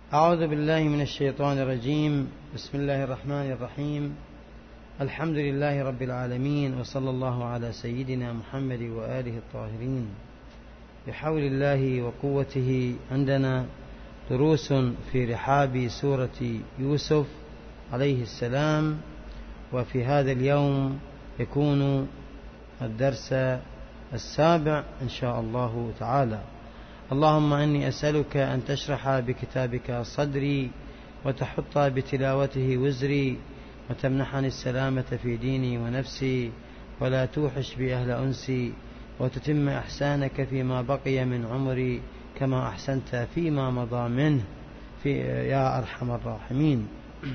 أعوذ بالله من الشيطان الرجيم. بسم الله الرحمن الرحيم. الحمد لله رب العالمين، وصلى الله على سيدنا محمد وآله الطاهرين. بحول الله وقوته عندنا دروس في رحاب سورة يوسف عليه السلام، وفي هذا اليوم يكون الدرس 7 إن شاء الله تعالى. اللهم إني أسألك أن تشرح بكتابك صدري، وتحط بتلاوته وزري، وتمنحني السلامة في ديني ونفسي، ولا توحش بي أهل أنسي، وتتم إحسانك فيما بقي من عمري كما أحسنت فيما مضى منه يا أرحم الراحمين.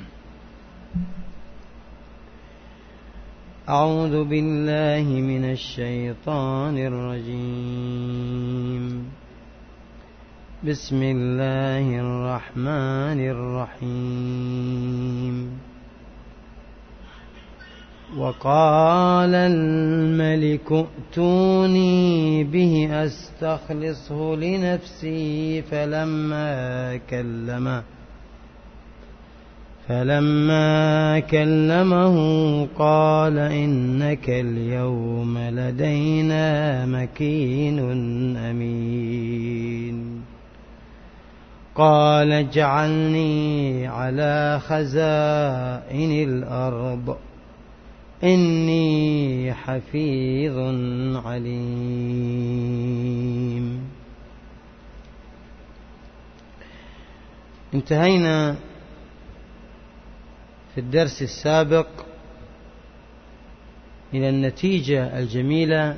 أعوذ بالله من الشيطان الرجيم. بسم الله الرحمن الرحيم. وقال الملك ائتوني به أستخلصه لنفسي، فلما كلمه قال إنك اليوم لدينا مكين أمين. قال اجعلني على خزائن الأرض إني حفيظ عليم. انتهينا في الدرس السابق إلى النتيجة الجميلة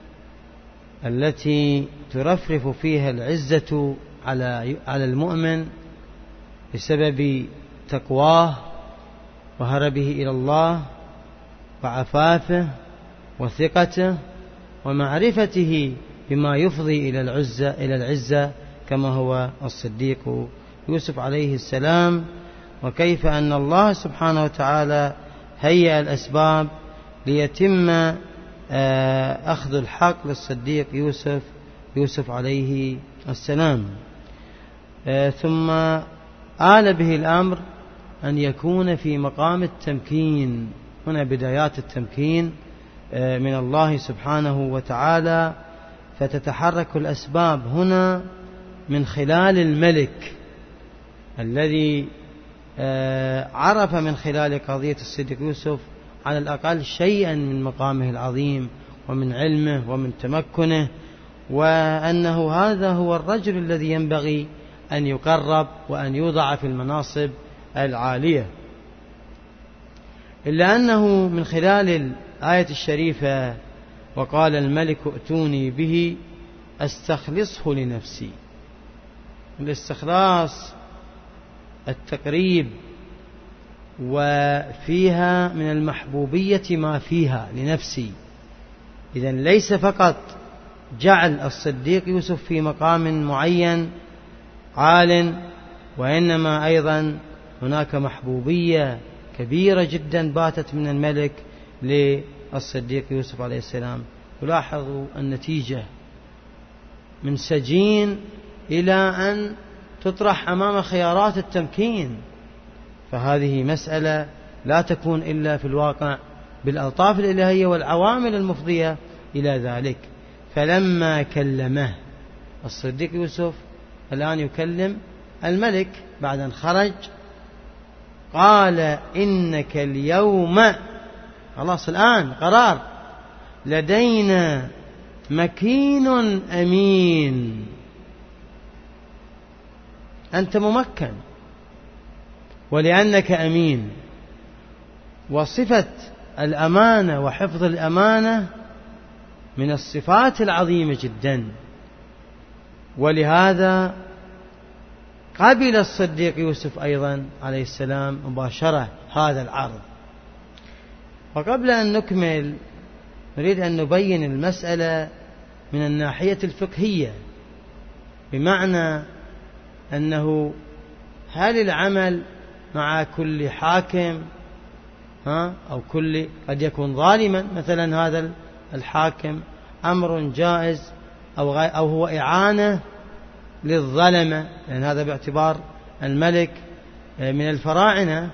التي ترفرف فيها العزة على المؤمن بسبب تقواه وهربه إلى الله وعفافه وثقته ومعرفته بما يفضي إلى العزة كما هو الصديق يوسف عليه السلام، وكيف أن الله سبحانه وتعالى هيأ الأسباب ليتم أخذ الحق للصديق يوسف عليه السلام. ثم آل به الأمر أن يكون في مقام التمكين. هنا بدايات التمكين من الله سبحانه وتعالى، فتتحرك الأسباب هنا من خلال الملك الذي عرف من خلال قضية الصديق يوسف على الأقل شيئا من مقامه العظيم ومن علمه ومن تمكنه، وأنه هذا هو الرجل الذي ينبغي أن يقرب وأن يوضع في المناصب العالية. إلا أنه من خلال الآية الشريفة وقال الملك ائتوني به أستخلصه لنفسي، الاستخلاص التقريب، وفيها من المحبوبية ما فيها لنفسي. إذن ليس فقط جعل الصديق يوسف في مقام معين عال، وإنما أيضا هناك محبوبية كبيرة جدا باتت من الملك للصديق يوسف عليه السلام. ولاحظوا النتيجة من سجين إلى أن تطرح أمام خيارات التمكين، فهذه مسألة لا تكون إلا في الواقع بالألطاف الإلهية والعوامل المفضية إلى ذلك. فلما كلمه الصديق يوسف الآن يكلم الملك بعد أن خرج، قال إنك اليوم، خلاص الآن قرار، لدينا مكين أمين، أنت ممكن ولأنك أمين. وصفة الأمانة وحفظ الأمانة من الصفات العظيمة جدا، ولهذا قبل الصديق يوسف أيضا عليه السلام مباشرة هذا العرض. وقبل أن نكمل نريد أن نبين المسألة من الناحية الفقهية، بمعنى أنه هل العمل مع كل حاكم أو قد يكون ظالما مثلا هذا الحاكم أمر جائز أو هو إعانة للظلمة، لأن هذا باعتبار الملك من الفراعنة.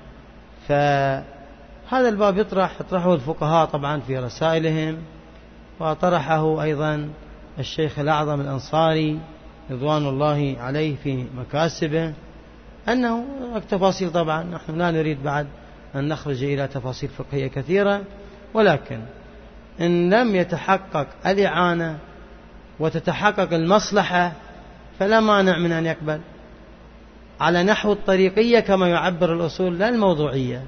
فهذا الباب يطرحه الفقهاء طبعا في رسائلهم، وطرحه أيضا الشيخ الأعظم الأنصاري رضوان الله عليه في مكاسبه، أنه تفاصيل طبعا نحن لا نريد بعد أن نخرج إلى تفاصيل فقهية كثيرة، ولكن إن لم يتحقق الإعانة وتتحقق المصلحة فلا مانع من أن يقبل على نحو الطريقية كما يعبر الأصول، لا الموضوعية،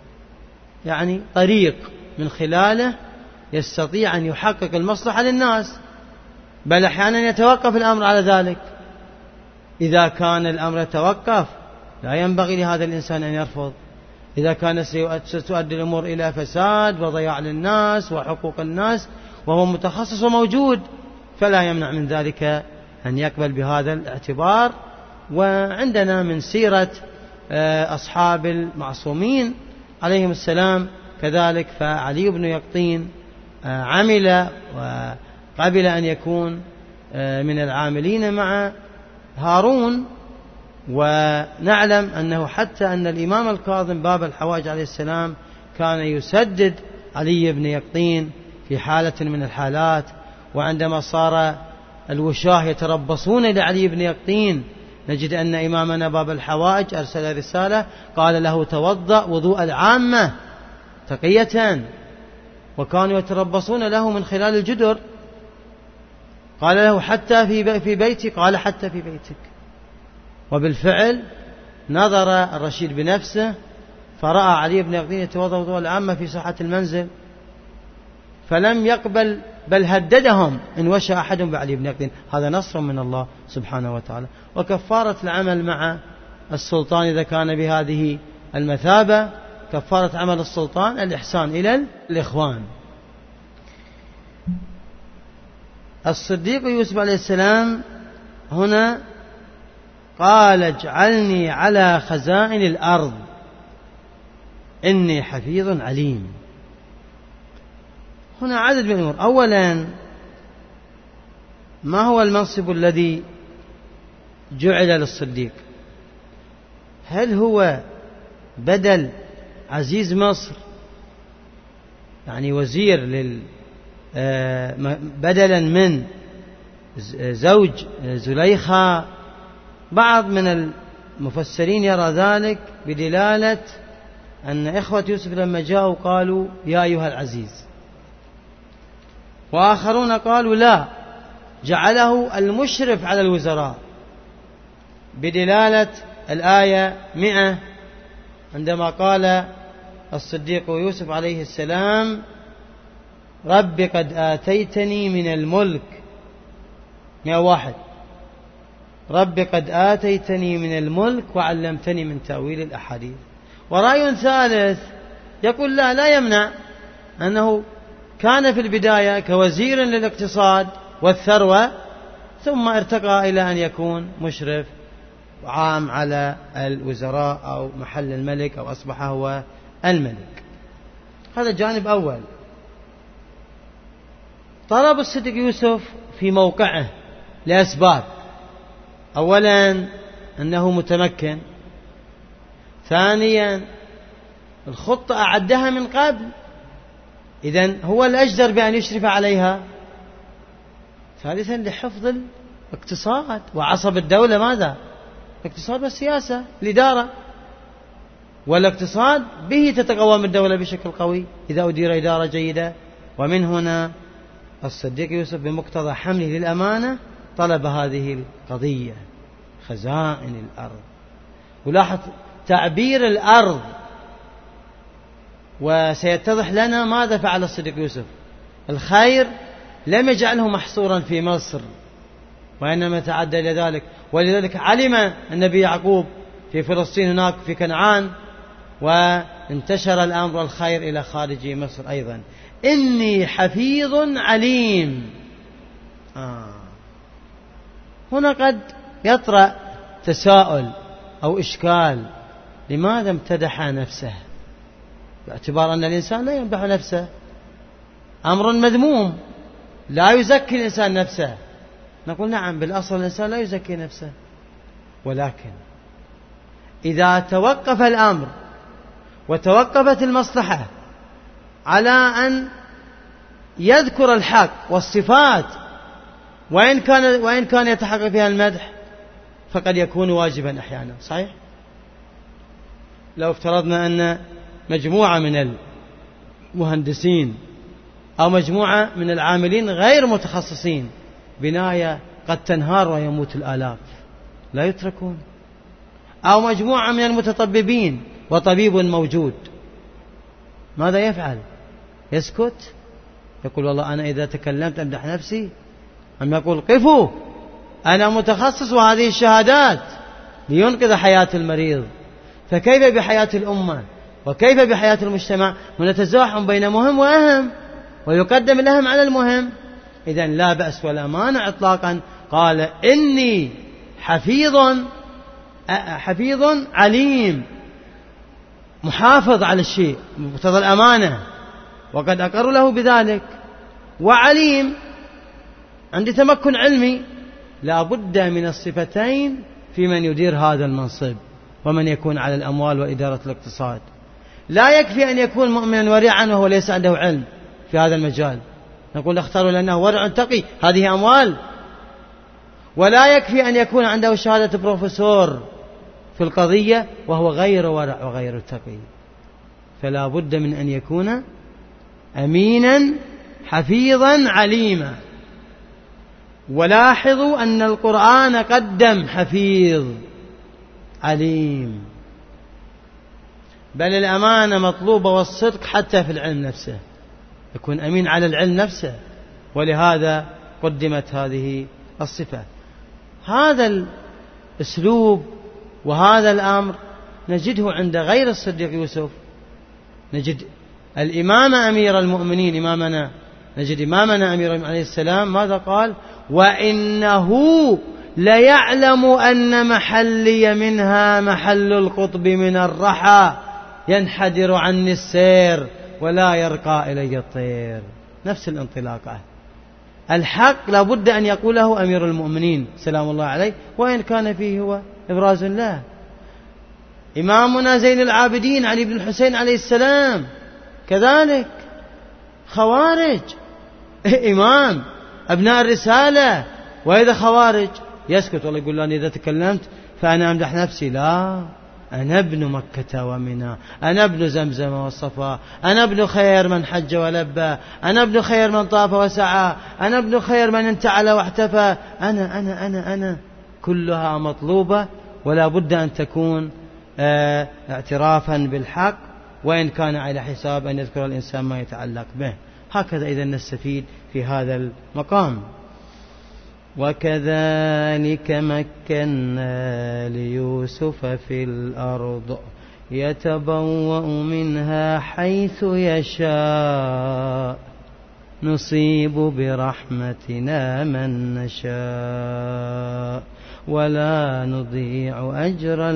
يعني طريق من خلاله يستطيع أن يحقق المصلحة للناس، بل أحيانا يتوقف الأمر على ذلك. إذا كان الأمر يتوقف لا ينبغي لهذا الإنسان أن يرفض. إذا كان ستؤدي الأمور إلى فساد وضياع للناس وحقوق الناس وهو متخصص وموجود، فلا يمنع من ذلك أن يقبل بهذا الاعتبار. وعندنا من سيرة أصحاب المعصومين عليهم السلام كذلك، فعلي بن يقطين عمل وقبل أن يكون من العاملين مع هارون. ونعلم أنه حتى أن الإمام الكاظم باب الحوائج عليه السلام كان يسدد علي بن يقطين في حالة من الحالات. وعندما صار الوشاه يتربصون لعلي بن يقطين نجد أن إمامنا باب الحوائج أرسل رسالة قال له توضأ وضوء العامة تقية، وكانوا يتربصون له من خلال الجدر. قال له حتى في بيتي؟ قال حتى في بيتك. وبالفعل نظر الرشيد بنفسه فرأى علي بن يقطين يتوضأ وضوء العامة في ساحة المنزل، فلم يقبل بل هددهم إن وشى أحد بعلي بن يقطين. هذا نصر من الله سبحانه وتعالى. وكفارة العمل مع السلطان إذا كان بهذه المثابة، كفارة عمل السلطان الإحسان إلى الإخوان. الصديق يوسف عليه السلام هنا قال اجعلني على خزائن الأرض إني حفيظ عليم. هنا عدد من الأمور. أولا، ما هو المنصب الذي جعل للصديق؟ هل هو بدل عزيز مصر، يعني وزير بدلا من زوج زليخة؟ بعض من المفسرين يرى ذلك بدلالة أن إخوة يوسف لما جاءوا قالوا يا أيها العزيز، وآخرون قالوا لا، جعله المشرف على الوزراء بدلالة الآية 100 عندما قال الصديق يوسف عليه السلام رب قد آتيتني من الملك 101 رب قد آتيتني من الملك وعلمتني من تأويل الأحاديث. ورأي ثالث يقول لا يمنع أنه كان في البداية كوزير للاقتصاد والثروة، ثم ارتقى إلى أن يكون مشرف عام على الوزراء أو محل الملك أو أصبح هو الملك. هذا جانب أول. طلب الصديق يوسف في موقعه لأسباب. أولا أنه متمكن، ثانيا الخطة أعدها من قبل، إذن هو الأجدر بأن يشرف عليها، ثالثا لحفظ الاقتصاد وعصب الدولة. ماذا؟ الاقتصاد والسياسة، الإدارة، والاقتصاد به تتقوم الدولة بشكل قوي إذا أدير إدارة جيدة. ومن هنا الصديق يوسف بمقتضى حمله للأمانة طلب هذه القضية، خزائن الأرض. ولاحظ تعبير الأرض، وسيتضح لنا ماذا فعل الصديق يوسف. الخير لم يجعله محصورا في مصر، وإنما تعدى إلى ذلك. ولذلك علم النبي يعقوب في فلسطين هناك في كنعان، وانتشر الأمر والخير إلى خارج مصر أيضا. إني حفيظ عليم. هنا قد يطرأ تساؤل أو إشكال، لماذا امتدح نفسه؟ باعتبار أن الإنسان لا يمدح نفسه، أمر مذموم، لا يزكي الإنسان نفسه. نقول نعم، بالأصل الإنسان لا يزكي نفسه، ولكن إذا توقف الأمر وتوقفت المصلحة على أن يذكر الحق والصفات وإن كان يتحقق فيها المدح فقد يكون واجبا أحيانا. صحيح؟ لو افترضنا أن مجموعة من المهندسين أو مجموعة من العاملين غير متخصصين بناية قد تنهار ويموت الآلاف، لا يتركون. أو مجموعة من المتطببين وطبيب موجود، ماذا يفعل؟ يسكت؟ يقول والله أنا إذا تكلمت أمدح نفسي؟ أم يقول قفوا أنا متخصص وهذه الشهادات لينقذ حياة المريض؟ فكيف بحياة الأمة وكيف بحياة المجتمع؟ ونتزاحم بين مهم وأهم ويقدم الأهم على المهم. إذن لا بأس ولا مانع إطلاقا. قال إني حفيظ عليم، محافظ على الشيء مقتضى الأمانة وقد أقر له بذلك، وعليم عندي تمكن علمي. لا بد من الصفتين في من يدير هذا المنصب ومن يكون على الأموال وإدارة الاقتصاد. لا يكفي أن يكون مؤمنا ورعا وهو ليس عنده علم في هذا المجال، نقول اختاروا لأنه ورع تقي، هذه أموال. ولا يكفي أن يكون عنده شهادة بروفيسور في القضية وهو غير ورع وغير تقي. فلا بد من أن يكون أمينا حفيظا عليما. ولاحظوا أن القرآن قدم حفيظ عليم، بل الأمانة مطلوبة والصدق حتى في العلم نفسه، يكون أمين على العلم نفسه، ولهذا قدمت هذه الصفة. هذا الأسلوب وهذا الأمر نجده عند غير الصديق يوسف. نجد الإمام أمير المؤمنين إمامنا، نجد إمامنا أمير المؤمنين عليه السلام ماذا قال؟ وإنه ليعلم أن محلي منها محل القطب من الرحى ينحدر عني السير ولا يرقى إلي الطير. نفس الانطلاقة. الحق لا بد أن يقوله أمير المؤمنين سلام الله عليه، وإن كان فيه هو إبراز الله. إمامنا زين العابدين علي بن الحسين عليه السلام كذلك خوارج، إمام أبناء الرسالة، وإذا خوارج يسكت والله يقول أنا إذا تكلمت فأنا أمدح نفسي. لا، أنا ابن مكة ومنى، أنا ابن زمزم والصفا، أنا ابن خير من حج ولبى، أنا ابن خير من طاف وسعى، أنا ابن خير من انتعل واحتفى. أنا كلها مطلوبة، ولا بد أن تكون اعترافا بالحق، وإن كان على حساب أن يذكر الإنسان ما يتعلق به. هكذا إذا نستفيد في هذا المقام. وكذلك مكنا ليوسف في الأرض يتبوأ منها حيث يشاء نصيب برحمتنا من نشاء ولا نضيع أجر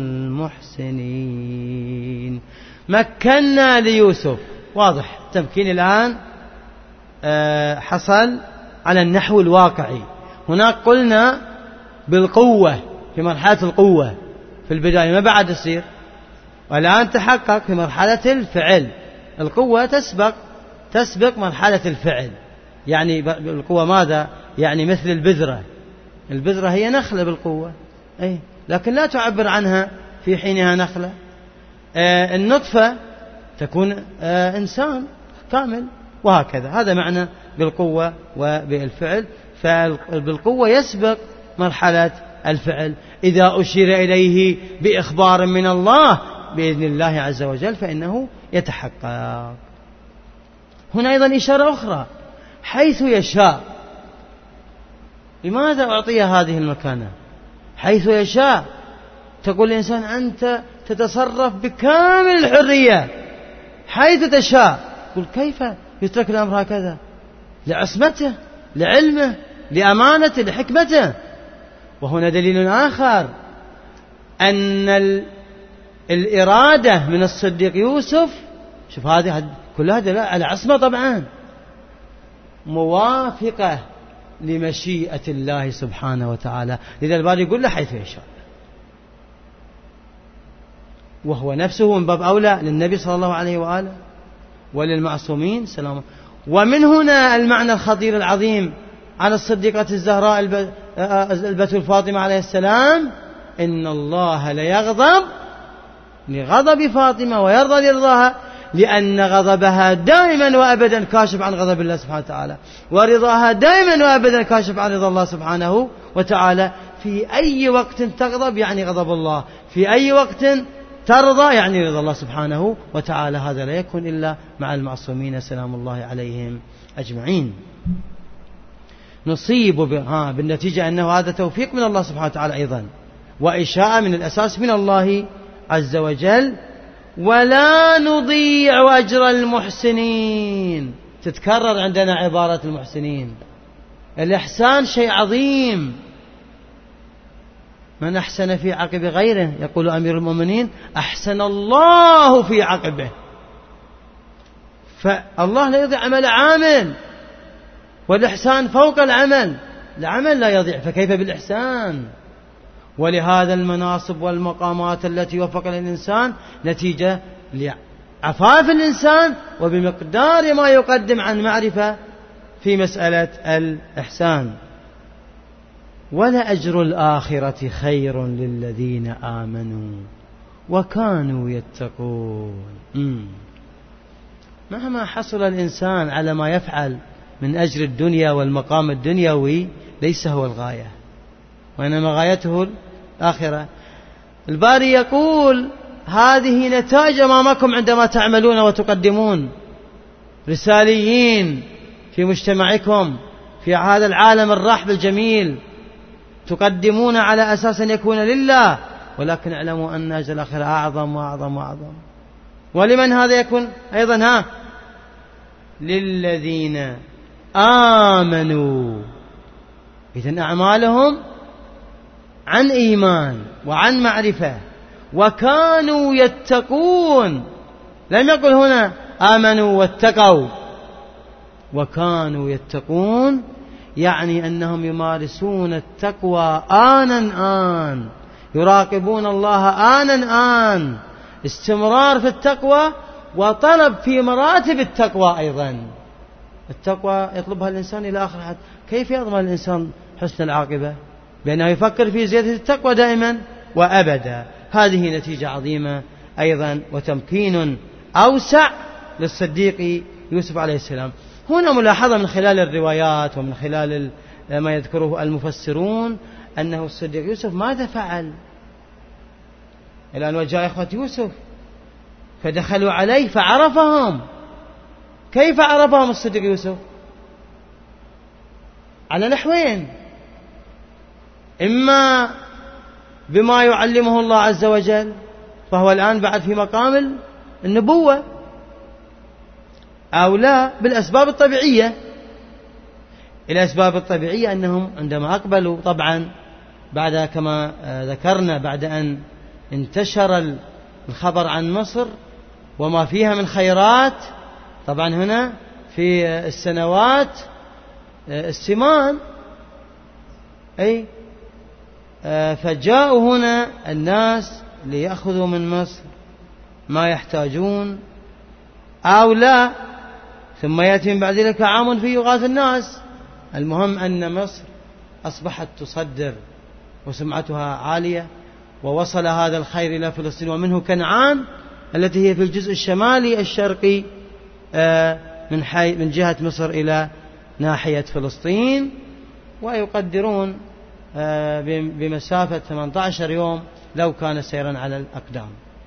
المحسنين. مكنا ليوسف، واضح التمكين الآن حصل على النحو الواقعي. هناك قلنا بالقوة في مرحلة القوة في البداية، ما بعد يصير، والآن تحقق في مرحلة الفعل. القوة تسبق مرحلة الفعل. يعني القوة ماذا؟ يعني مثل البذرة هي نخلة بالقوة، لكن لا تعبر عنها في حينها نخلة. النطفة تكون إنسان كامل، وهكذا. هذا معنى بالقوة وبالفعل. فبالقوة يسبق مرحلة الفعل. إذا أشير إليه بإخبار من الله بإذن الله عز وجل فإنه يتحقق. هنا أيضا إشارة أخرى، حيث يشاء. لماذا أعطي هذه المكانة؟ حيث يشاء. تقول الإنسان أنت تتصرف بكامل الحرية حيث تشاء. قل كيف يترك الأمر هكذا؟ لعصمته، لعلمه، لأمانته، لحكمته. وهنا دليل آخر أن الإرادة من الصديق يوسف، شوف هذه كلها دلالة على عصمة طبعا، موافقة لمشيئة الله سبحانه وتعالى. لذا الباري يقول له حيث يشاء. وهو نفسه من باب أولى للنبي صلى الله عليه وآله وللمعصومين سلام. ومن هنا المعنى الخطير العظيم عن الصديقة الزهراء البتول فاطمة عليه السلام: إن الله ليغضب لغضب فاطمة ويرضى لرضاها، لأن غضبها دائما وأبدا كاشف عن غضب الله سبحانه وتعالى، ورضاها دائما وأبدا كاشف عن رضا الله سبحانه وتعالى. في أي وقت تغضب يعني غضب الله، في أي وقت ترضى يعني رضا الله سبحانه وتعالى. هذا لا يكون إلا مع المعصومين سلام الله عليهم أجمعين. نصيب بالنتيجة أنه هذا توفيق من الله سبحانه وتعالى أيضا، وإشاءة من الأساس من الله عز وجل. ولا نضيع أجر المحسنين، تتكرر عندنا عبارة المحسنين. الإحسان شيء عظيم. من أحسن في عقب غيره، يقول أمير المؤمنين: أحسن الله في عقبه. فالله لا يضيع عمل عامل، والإحسان فوق العمل، العمل لا يضيع، فكيف بالإحسان؟ ولهذا المناصب والمقامات التي وفق الإنسان نتيجة لعفاف الإنسان وبمقدار ما يقدم عن معرفة في مسألة الإحسان. ولأجر الآخرة خير للذين آمنوا وكانوا يتقون. مهما حصل الإنسان على ما يفعل من أجر الدنيا والمقام الدنيوي ليس هو الغاية، وإنما غايته الآخرة. الباري يقول: هذه نتائج أمامكم عندما تعملون وتقدمون، رساليين في مجتمعكم في هذا العالم الرحب الجميل، تقدمون على أساس أن يكون لله، ولكن اعلموا أن أجر الآخرة أعظم وأعظم وأعظم. ولمن هذا يكون أيضا؟ للذين آمنوا. إذن أعمالهم عن إيمان وعن معرفة، وكانوا يتقون. لم يقل هنا آمنوا واتقوا، وكانوا يتقون، يعني أنهم يمارسون التقوى آنا آن، يراقبون الله آنا آن، استمرار في التقوى وطلب في مراتب التقوى أيضا. التقوى يطلبها الإنسان إلى آخر حد. كيف يضمن الإنسان حسن العاقبة؟ بأنه يفكر في زيادة التقوى دائما وأبدا. هذه نتيجة عظيمة أيضا وتمكين أوسع للصديق يوسف عليه السلام. هنا ملاحظة من خلال الروايات ومن خلال ما يذكره المفسرون أنه الصديق يوسف ماذا فعل؟ الآن وجاء إخوة يوسف فدخلوا عليه فعرفهم. كيف عرفهم الصديق يوسف؟ على نحوين: إما بما يعلمه الله عز وجل، فهو الآن بعد في مقام النبوة، أو لا بالأسباب الطبيعية. الأسباب الطبيعية أنهم عندما أقبلوا طبعا بعد كما ذكرنا بعد أن انتشر الخبر عن مصر وما فيها من خيرات، طبعا هنا في السنوات السمان أي فجاءوا هنا الناس ليأخذوا من مصر ما يحتاجون أو لا، ثم يأتي من بعد ذلك عام فيه يغاث الناس. المهم أن مصر أصبحت تصدر وسمعتها عالية، ووصل هذا الخير إلى فلسطين، ومنه كنعان التي هي في الجزء الشمالي الشرقي من جهة مصر إلى ناحية فلسطين، ويقدرون بمسافة 18 يوم لو كان سيرا على الأقدام.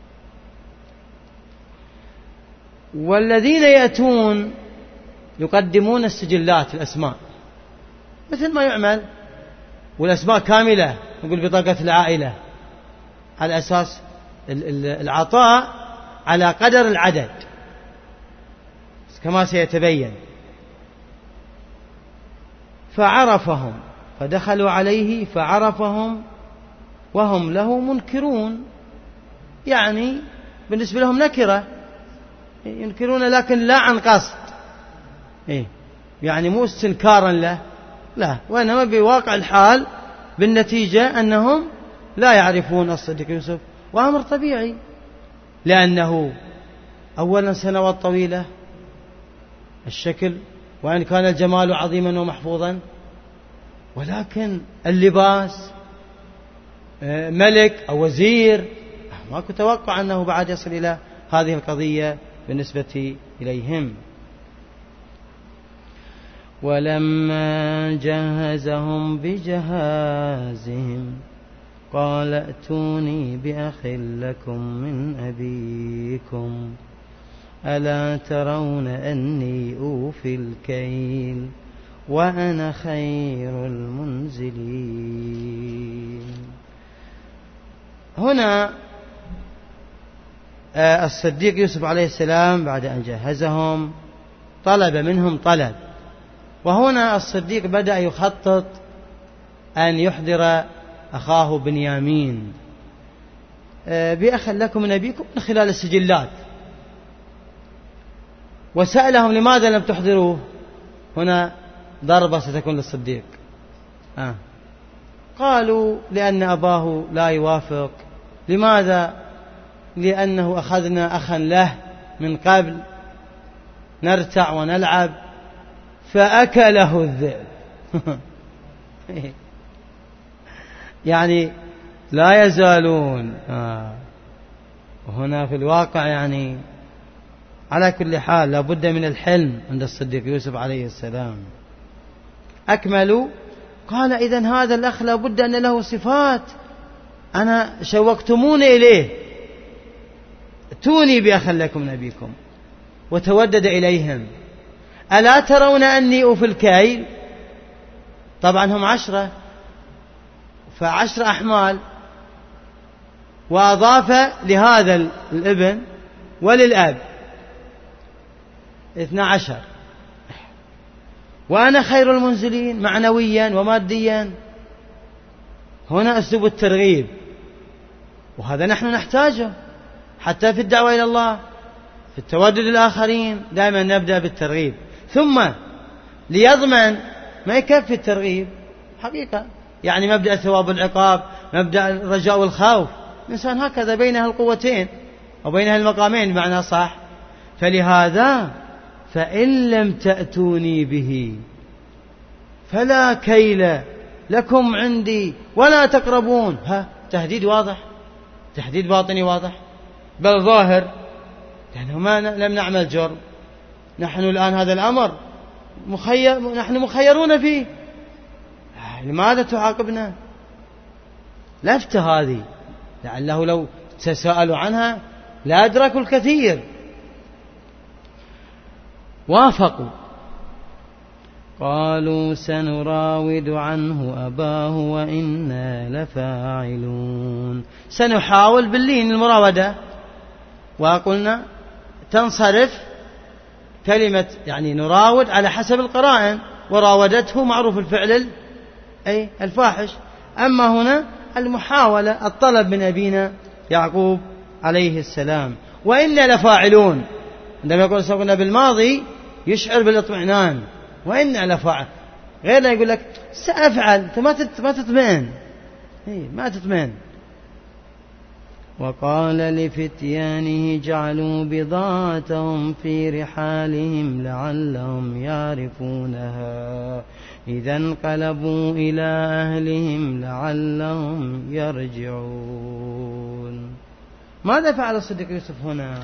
والذين يأتون يقدمون السجلات الأسماء مثل ما يعمل، والأسماء كاملة، نقول بطاقة العائلة، على أساس العطاء على قدر العدد كما سيتبين. فعرفهم فدخلوا عليه فعرفهم وهم له منكرون، يعني بالنسبة لهم نكرة، ينكرون لكن لا عن قصد، يعني مو استنكارا له، لا، وإنما بواقع الحال بالنتيجة أنهم لا يعرفون الصديق يوسف، وأمر طبيعي. لأنه أولا سنوات طويلة الشكل، وإن كان الجمال عظيما ومحفوظا، ولكن اللباس ملك أو وزير، ما كنت أتوقع أنه بعد يصل إلى هذه القضية بالنسبة إليهم. ولما جهزهم بجهازهم قال ائتوني بأخ لكم من أبيكم ألا ترون أني أوفي الكيل وأنا خير المنزلين. هنا الصديق يوسف عليه السلام بعد أن جهزهم طلب منهم طلب، وهنا الصديق بدأ يخطط أن يحضر أخاه بنيامين بأخ لكم من أبيكم من خلال السجلات، وسألهم لماذا لم تحضروه. هنا ضربة ستكون للصديق. قالوا لأن أباه لا يوافق. لماذا؟ لأنه أخذنا أخا له من قبل نرتع ونلعب فأكله الذئب. يعني لا يزالون. وهنا في الواقع يعني على كل حال لابد من الحلم عند الصديق يوسف عليه السلام. أكملوا. قال إذن هذا الأخ لابد أن له صفات، أنا شوقتموني إليه، ائتوني بأخ لكم من أبيكم. وتودد إليهم. ألا ترون أني أوفي الكيل؟ طبعا هم 10، ف10 أحمال، وأضاف لهذا الابن وللأب 12، وأنا خير المنزلين معنويا وماديا. هنا أسلوب الترغيب، وهذا نحن نحتاجه حتى في الدعوة إلى الله، في التودد الآخرين دائما نبدأ بالترغيب، ثم ليضمن ما يكفي الترغيب حقيقة، يعني مبدأ الثواب والعقاب، مبدأ الرجاء والخوف، الإنسان هكذا بينها القوتين وبينها المقامين بمعنى صح. فلهذا فإن لم تأتوني به فلا كيل لكم عندي ولا تقربون. تهديد واضح، تهديد باطني واضح بل ظاهر، لأنه ما لم نعمل جرم، نحن الآن هذا الأمر نحن مخيرون فيه، لماذا تعاقبنا؟ لفتة هذه لعله لو تساءلوا عنها لا أدركوا الكثير. وافقوا. قالوا سنراود عنه أباه وإنا لفاعلون. سنحاول باللين المراودة، وقلنا تنصرف كلمة يعني نراود على حسب القرائن، وراودته معروف الفعل أي الفاحش. أما هنا المحاولة الطلب من أبينا يعقوب عليه السلام. وإنا لفاعلون عندما يقول سوقنا بالماضي يشعر بالاطمئنان، وإنا لفاعل، غير لا يقول لك سأفعل، ما تطمئن، ما تطمئن. وقال لفتيانه جعلوا بضاعتهم في رحالهم لعلهم يعرفونها إذا انقلبوا إلى أهلهم لعلهم يرجعون. ماذا فعل الصديق يوسف هنا؟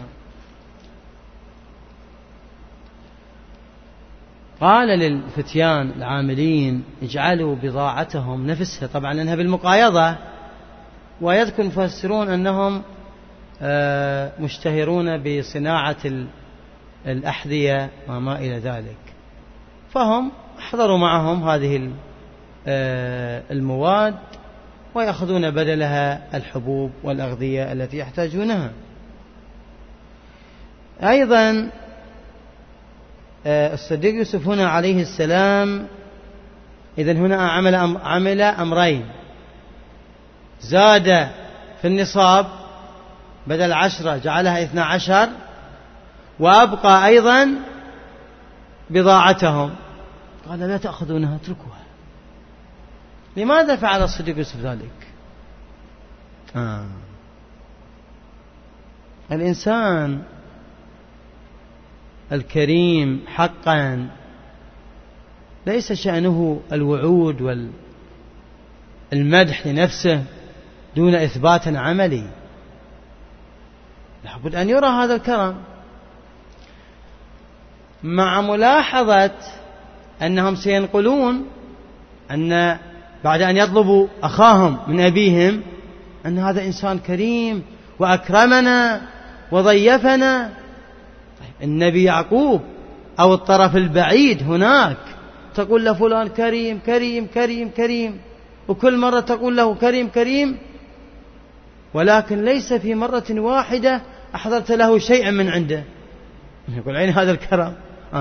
قال للفتيان العاملين اجعلوا بضاعتهم نفسها، طبعا لأنها بالمقايضة، ويذكر المفسرون أنهم مشتهرون بصناعة الأحذية وما إلى ذلك، فهم حضروا معهم هذه المواد ويأخذون بدلها الحبوب والأغذية التي يحتاجونها. أيضا الصديق يوسف هنا عليه السلام إذن هنا عمل أمرين: زاد في النصاب بدل 10 جعلها 12، وأبقى أيضا بضاعتهم، قال لا تأخذونها اتركوها. لماذا فعل الصديق يوسف ذلك؟ الإنسان الكريم حقا ليس شأنه الوعود والمدح لنفسه دون إثبات عملي، لابد أن يرى هذا الكرم، مع ملاحظة أنهم سينقلون أن بعد أن يطلبوا أخاهم من أبيهم أن هذا إنسان كريم وأكرمنا وضيفنا. طيب النبي يعقوب أو الطرف البعيد هناك تقول له فلان كريم كريم كريم كريم، وكل مرة تقول له كريم كريم، ولكن ليس في مرة واحدة أحضرت له شيئا من عنده. يقول عين هذا الكرم.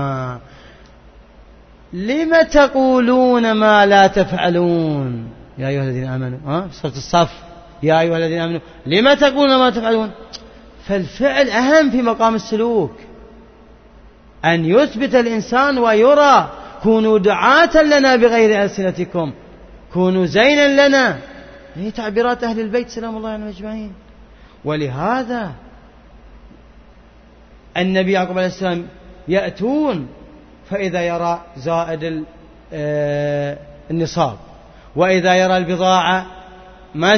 لم تقولون ما لا تفعلون يا أيها الذين آمنوا، سورة الصف، يا أيها الذين آمنوا لم تقولون ما تفعلون. فالفعل أهم في مقام السلوك، أن يثبت الإنسان ويرى كونوا دعاة لنا بغير ألسنتكم، كونوا زينا لنا. هي تعبيرات أهل البيت سلام الله عليهم أجمعين. ولهذا النبي يعقوب عليه السلام يأتون فإذا يرى زائد النصاب، وإذا يرى البضاعة ما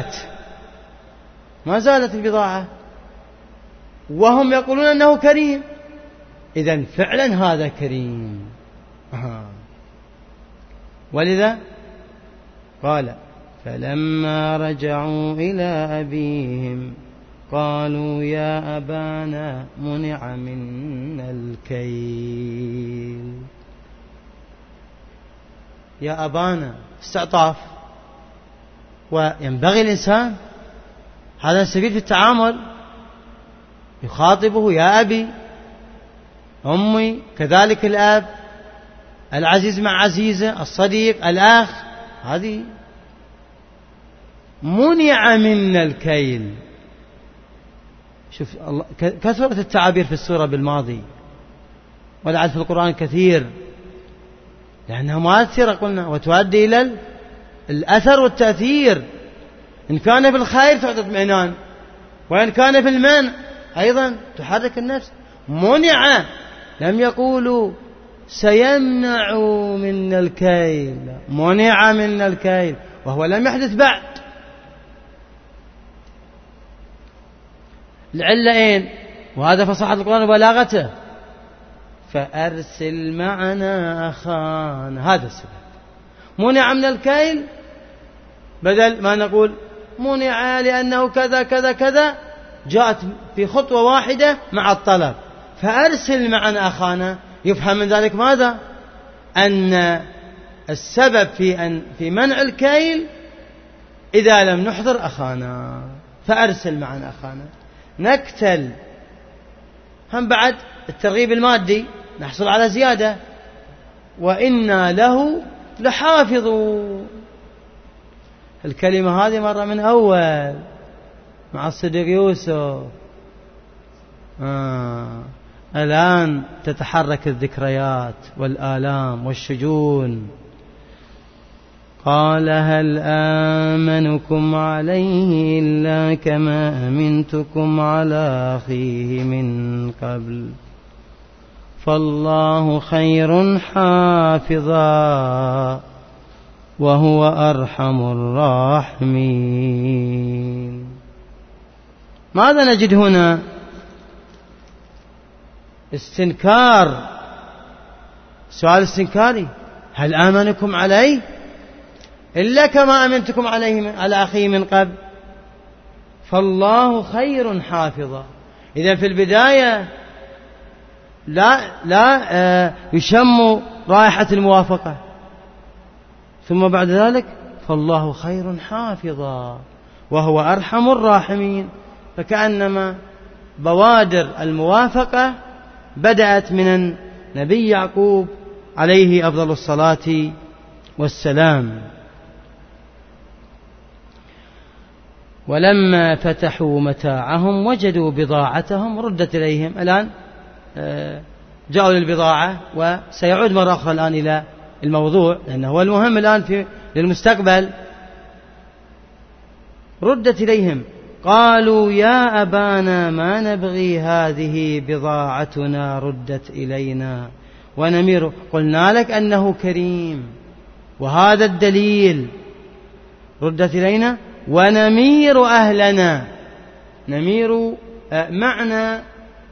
زالت البضاعة، وهم يقولون أنه كريم، إذن فعلا هذا كريم. ولذا قال فلما رجعوا إلى أبيهم قالوا يا أبانا منع منا الكيل. يا أبانا استعطاف، وينبغي الإنسان هذا السبيل في التعامل، يخاطبه يا أبي أمي، كذلك الأب، العزيز مع عزيزه، الصديق، الأخ. هذه منع منا الكيل. شوف كثرة التعابير في السورة بالماضي، ولعل في القرآن كثير، لأنها مؤثرة قلنا، وتؤدي إلى الأثر والتأثير. إن كان في الخير تعطي اطمئنان، وإن كان في المنع أيضا تحرك النفس. منع، لم يقولوا سيمنع منا الكيل، منع منا الكيل، وهو لم يحدث بعد. العلة أين؟ وهذا فصاحة القرآن وبلاغته، فأرسل معنا أخانا. هذا السبب. منع من الكيل، بدل ما نقول منع لأنه كذا كذا كذا، جاءت في خطوة واحدة مع الطلب، فأرسل معنا أخانا. يفهم من ذلك ماذا؟ أن السبب في منع الكيل إذا لم نحضر أخانا، فأرسل معنا أخانا نكتل. هم بعد الترغيب المادي نحصل على زيادة، وإنا له لحافظون. الكلمة هذه مرة من أول مع الصديق يوسف. الآن تتحرك الذكريات والآلام والشجون. قال هل آمنكم عليه إلا كما أمنتكم على أخيه من قبل فالله خير حافظا وهو أرحم الراحمين. ماذا نجد هنا؟ استنكار، سؤال استنكاري. هل آمنكم عليه إلا كما أمنتكم عليه على أخيه من قبل فالله خير حافظا. إذن في البداية لا يشم رائحة الموافقة، ثم بعد ذلك فالله خير حافظا وهو أرحم الراحمين. فكأنما بوادر الموافقة بدأت من النبي يعقوب عليه أفضل الصلاة والسلام. ولما فتحوا متاعهم وجدوا بضاعتهم ردت إليهم. الآن جاءوا للبضاعة، وسيعود مرة أخرى الآن إلى الموضوع لأنه هو المهم الآن للمستقبل. ردت إليهم قالوا يا أبانا ما نبغي، هذه بضاعتنا ردت إلينا ونمير. قلنا لك أنه كريم، وهذا الدليل، ردت إلينا ونمير أهلنا. نمير معنى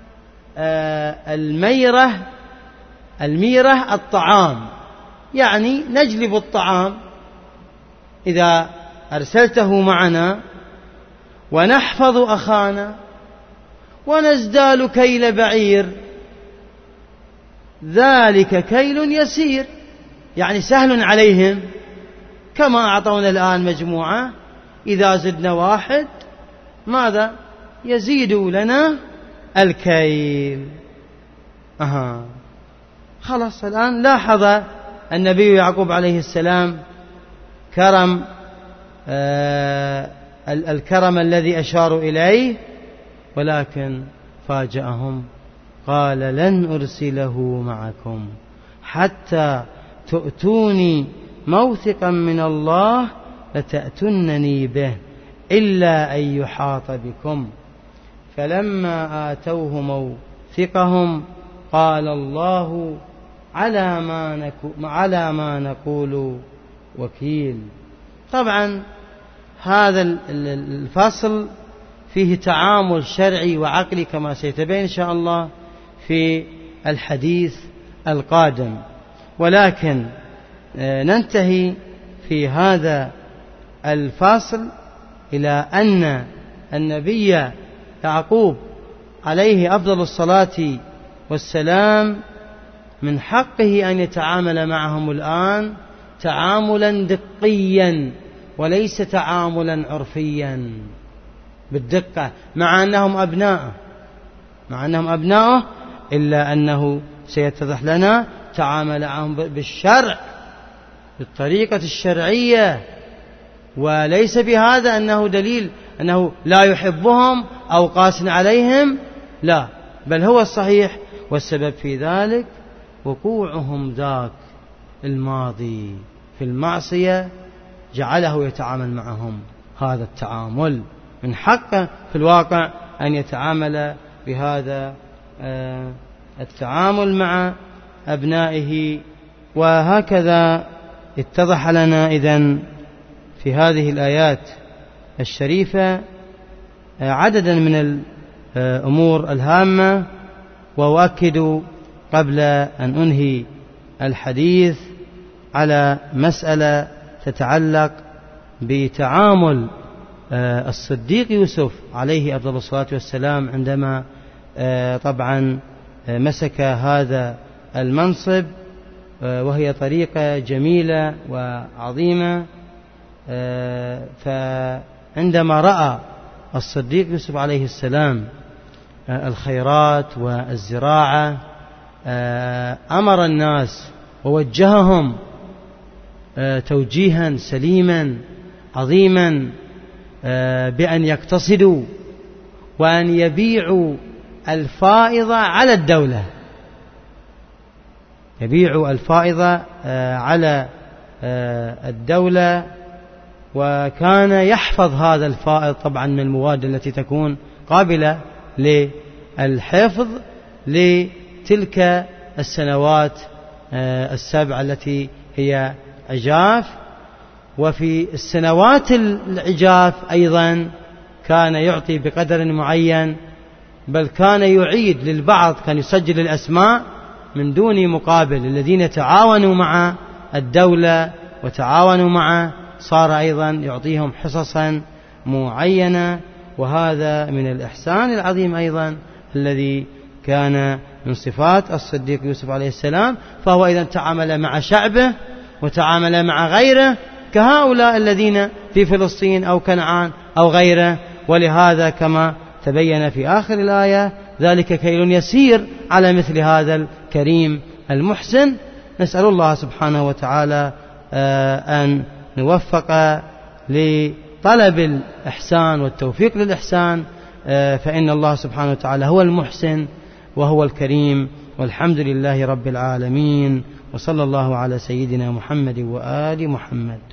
الميرة الطعام، يعني نجلب الطعام إذا أرسلته معنا، ونحفظ أخانا، ونزدال كيل بعير، ذلك كيل يسير، يعني سهل عليهم. كما أعطونا الآن مجموعة، إذا زدنا واحد ماذا؟ يزيدوا لنا الكيل. خلاص الآن لاحظ النبي يعقوب عليه السلام كرم الكرم الذي أشاروا إليه، ولكن فاجأهم، قال لن أرسله معكم حتى تؤتوني موثقا من الله لتأتونني به إلا أن يحاط بكم. فلما آتوه موثقهم قال الله على ما نقول وكيل. طبعا هذا الفصل فيه تعامل شرعي وعقلي كما سيتبين إن شاء الله في الحديث القادم، ولكن ننتهي في هذا الفصل إلى أن النبي يعقوب عليه أفضل الصلاة والسلام من حقه أن يتعامل معهم الآن تعاملا دقيا وليس تعاملا عرفيا بالدقة، مع أنهم أبناءه، إلا أنه سيتضح لنا تعامل معهم بالشرع، بالطريقة الشرعية، وليس بهذا أنه دليل أنه لا يحبهم أو قاس عليهم، لا، بل هو الصحيح. والسبب في ذلك وقوعهم ذاك الماضي في المعصية جعله يتعامل معهم هذا التعامل. من حقه في الواقع أن يتعامل بهذا التعامل مع أبنائه. وهكذا اتضح لنا إذن في هذه الآيات الشريفة عددا من الأمور الهامة. وأؤكد قبل أن أنهي الحديث على مسألة تتعلق بتعامل الصديق يوسف عليه أفضل الصلاة والسلام عندما طبعا مسك هذا المنصب، وهي طريقة جميلة وعظيمة. فعندما رأى الصديق يوسف عليه السلام الخيرات والزراعة أمر الناس ووجههم توجيها سليما عظيما بأن يقتصدوا وأن يبيعوا الفائضة على الدولة، يبيعوا الفائضة على الدولة. وكان يحفظ هذا الفائض طبعا من المواد التي تكون قابلة للحفظ لتلك السنوات السبع التي هي عجاف. وفي السنوات العجاف أيضا كان يعطي بقدر معين، بل كان يعيد للبعض، كان يسجل الأسماء من دون مقابل الذين تعاونوا مع الدولة وتعاونوا معه، صار أيضا يعطيهم حصصا معينة. وهذا من الإحسان العظيم أيضا الذي كان من صفات الصديق يوسف عليه السلام. فهو إذا تعامل مع شعبه وتعامل مع غيره كهؤلاء الذين في فلسطين أو كنعان أو غيره. ولهذا كما تبين في آخر الآية ذلك كيل يسير على مثل هذا الكريم المحسن. نسأل الله سبحانه وتعالى أن نوفق لطلب الإحسان والتوفيق للإحسان، فإن الله سبحانه وتعالى هو المحسن وهو الكريم. والحمد لله رب العالمين، وصلى الله على سيدنا محمد وآل محمد.